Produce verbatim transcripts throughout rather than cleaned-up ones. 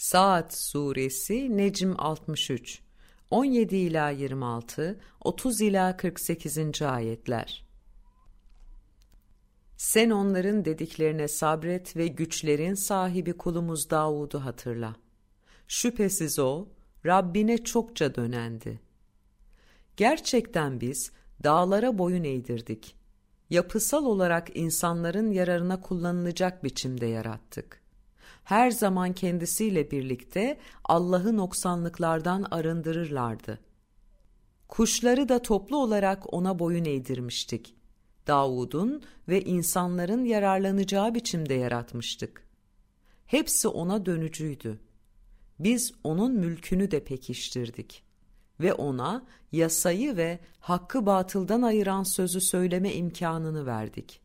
Saat Suresi Necm altmış üç on yedi ila yirmi altı, otuz ila kırk sekizinci ayetler. Sen onların dediklerine sabret ve güçlerin sahibi kulumuz Davud'u hatırla. Şüphesiz o, Rabbine çokça dönendi. Gerçekten biz dağlara boyun eğdirdik. Yapısal olarak insanların yararına kullanılacak biçimde yarattık. Her zaman kendisiyle birlikte Allah'ı noksanlıklardan arındırırlardı. Kuşları da toplu olarak ona boyun eğdirmiştik. Davud'un ve insanların yararlanacağı biçimde yaratmıştık. Hepsi ona dönücüydü. Biz onun mülkünü de pekiştirdik. Ve ona yasayı ve hakkı batıldan ayıran sözü söyleme imkanını verdik.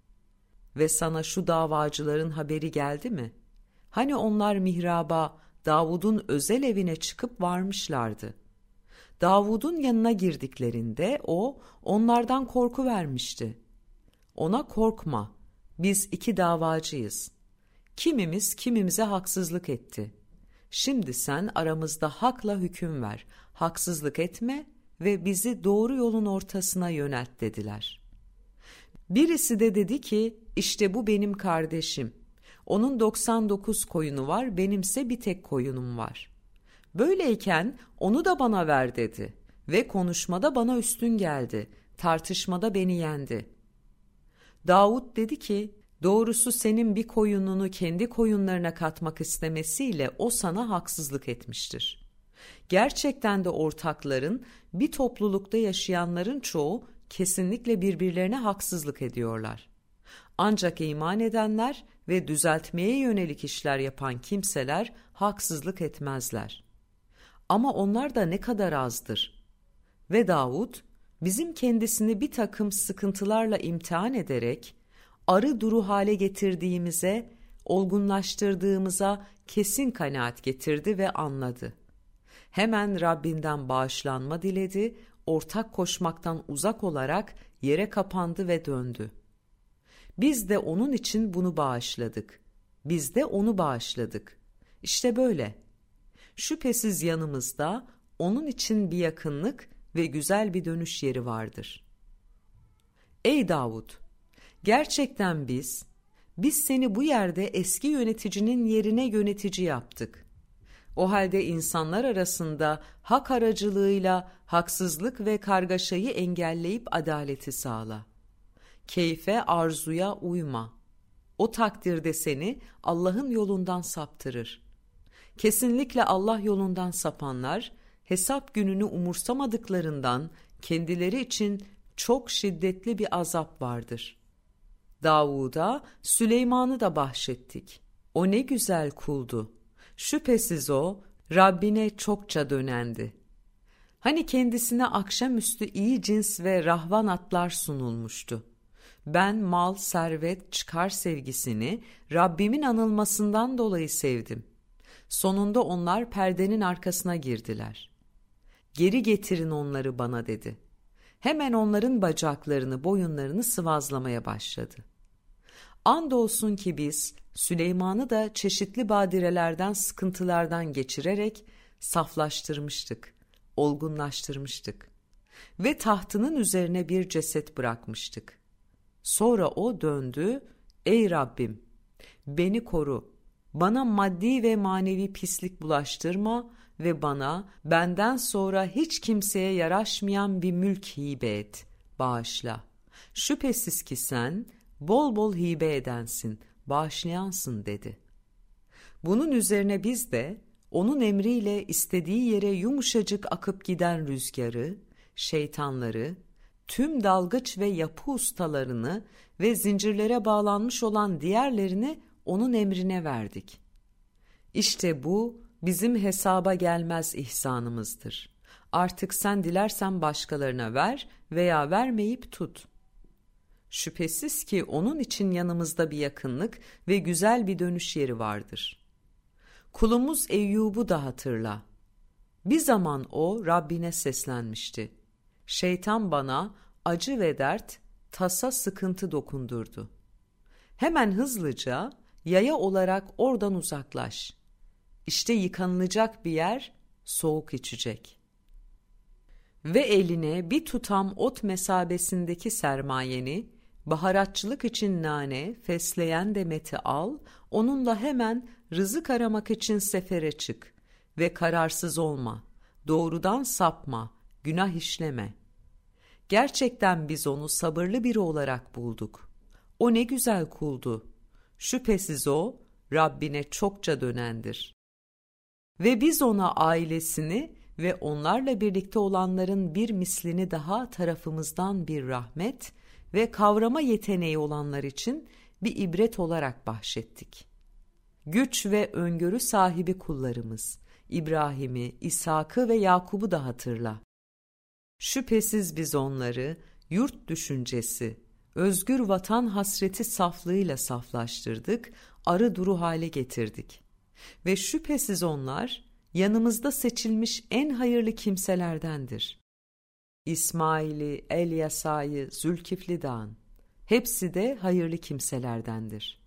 Ve sana şu davacıların haberi geldi mi? Hani onlar mihraba, Davud'un özel evine çıkıp varmışlardı. Davud'un yanına girdiklerinde o, onlardan korku vermişti. Ona korkma, biz iki davacıyız. Kimimiz kimimize haksızlık etti. Şimdi sen aramızda hakla hüküm ver, haksızlık etme ve bizi doğru yolun ortasına yönelt dediler. Birisi de dedi ki, işte bu benim kardeşim. Onun doksan dokuz koyunu var, benimse bir tek koyunum var. Böyleyken onu da bana ver dedi ve konuşmada bana üstün geldi, tartışmada beni yendi. Davud dedi ki, doğrusu senin bir koyununu kendi koyunlarına katmak istemesiyle o sana haksızlık etmiştir. Gerçekten de ortakların, bir toplulukta yaşayanların çoğu kesinlikle birbirlerine haksızlık ediyorlar. Ancak iman edenler ve düzeltmeye yönelik işler yapan kimseler haksızlık etmezler. Ama onlar da ne kadar azdır. Ve Davud, bizim kendisini bir takım sıkıntılarla imtihan ederek, arı duru hale getirdiğimize, olgunlaştırdığımıza kesin kanaat getirdi ve anladı. Hemen Rabbinden bağışlanma diledi, ortak koşmaktan uzak olarak yere kapandı ve döndü. Biz de onun için bunu bağışladık. Biz de onu bağışladık. İşte böyle. Şüphesiz yanımızda onun için bir yakınlık ve güzel bir dönüş yeri vardır. Ey Davud! Gerçekten biz, biz seni bu yerde eski yöneticinin yerine yönetici yaptık. O halde insanlar arasında hak aracılığıyla haksızlık ve kargaşayı engelleyip adaleti sağla. Keyfe, arzuya uyma. O takdirde seni Allah'ın yolundan saptırır. Kesinlikle Allah yolundan sapanlar, hesap gününü umursamadıklarından kendileri için çok şiddetli bir azap vardır. Davud'a Süleyman'ı da bahşettik. O ne güzel kuldu. Şüphesiz o, Rabbine çokça dönendi. Hani kendisine akşamüstü iyi cins ve rahvan atlar sunulmuştu. Ben mal, servet, çıkar sevgisini Rabbimin anılmasından dolayı sevdim. Sonunda onlar perdenin arkasına girdiler. Geri getirin onları bana dedi. Hemen onların bacaklarını, boyunlarını sıvazlamaya başladı. Andolsun ki biz Süleyman'ı da çeşitli badirelerden, sıkıntılardan geçirerek saflaştırmıştık, olgunlaştırmıştık ve tahtının üzerine bir ceset bırakmıştık. Sonra o döndü, ey Rabbim, beni koru, bana maddi ve manevi pislik bulaştırma ve bana benden sonra hiç kimseye yaraşmayan bir mülk hibe et, bağışla. Şüphesiz ki sen bol bol hibe edensin, bağışlayansın dedi. Bunun üzerine biz de onun emriyle istediği yere yumuşacık akıp giden rüzgarı, şeytanları, tüm dalgıç ve yapı ustalarını ve zincirlere bağlanmış olan diğerlerini onun emrine verdik. İşte bu bizim hesaba gelmez ihsanımızdır. Artık sen dilersen başkalarına ver veya vermeyip tut. Şüphesiz ki onun için yanımızda bir yakınlık ve güzel bir dönüş yeri vardır. Kulumuz Eyyub'u da hatırla. Bir zaman o Rabbine seslenmişti. Şeytan bana acı ve dert, tasa sıkıntı dokundurdu. Hemen hızlıca yaya olarak oradan uzaklaş. İşte yıkanılacak bir yer, soğuk içecek. Ve eline bir tutam ot mesabesindeki sermayeni, baharatçılık için nane, fesleğen demeti al, onunla hemen rızık aramak için sefere çık ve kararsız olma, doğrudan sapma, günah işleme. Gerçekten biz onu sabırlı biri olarak bulduk. O ne güzel kuldu. Şüphesiz o, Rabbine çokça dönendir. Ve biz ona ailesini ve onlarla birlikte olanların bir mislini daha tarafımızdan bir rahmet ve kavrama yeteneği olanlar için bir ibret olarak bahşettik. Güç ve öngörü sahibi kullarımız, İbrahim'i, İshak'ı ve Yakub'u da hatırla. Şüphesiz biz onları yurt düşüncesi, özgür vatan hasreti saflığıyla saflaştırdık, arı duru hale getirdik. Ve şüphesiz onlar yanımızda seçilmiş en hayırlı kimselerdendir. İsmail'i, Elyasa'yı, Zülkifli Dağ'ın, hepsi de hayırlı kimselerdendir.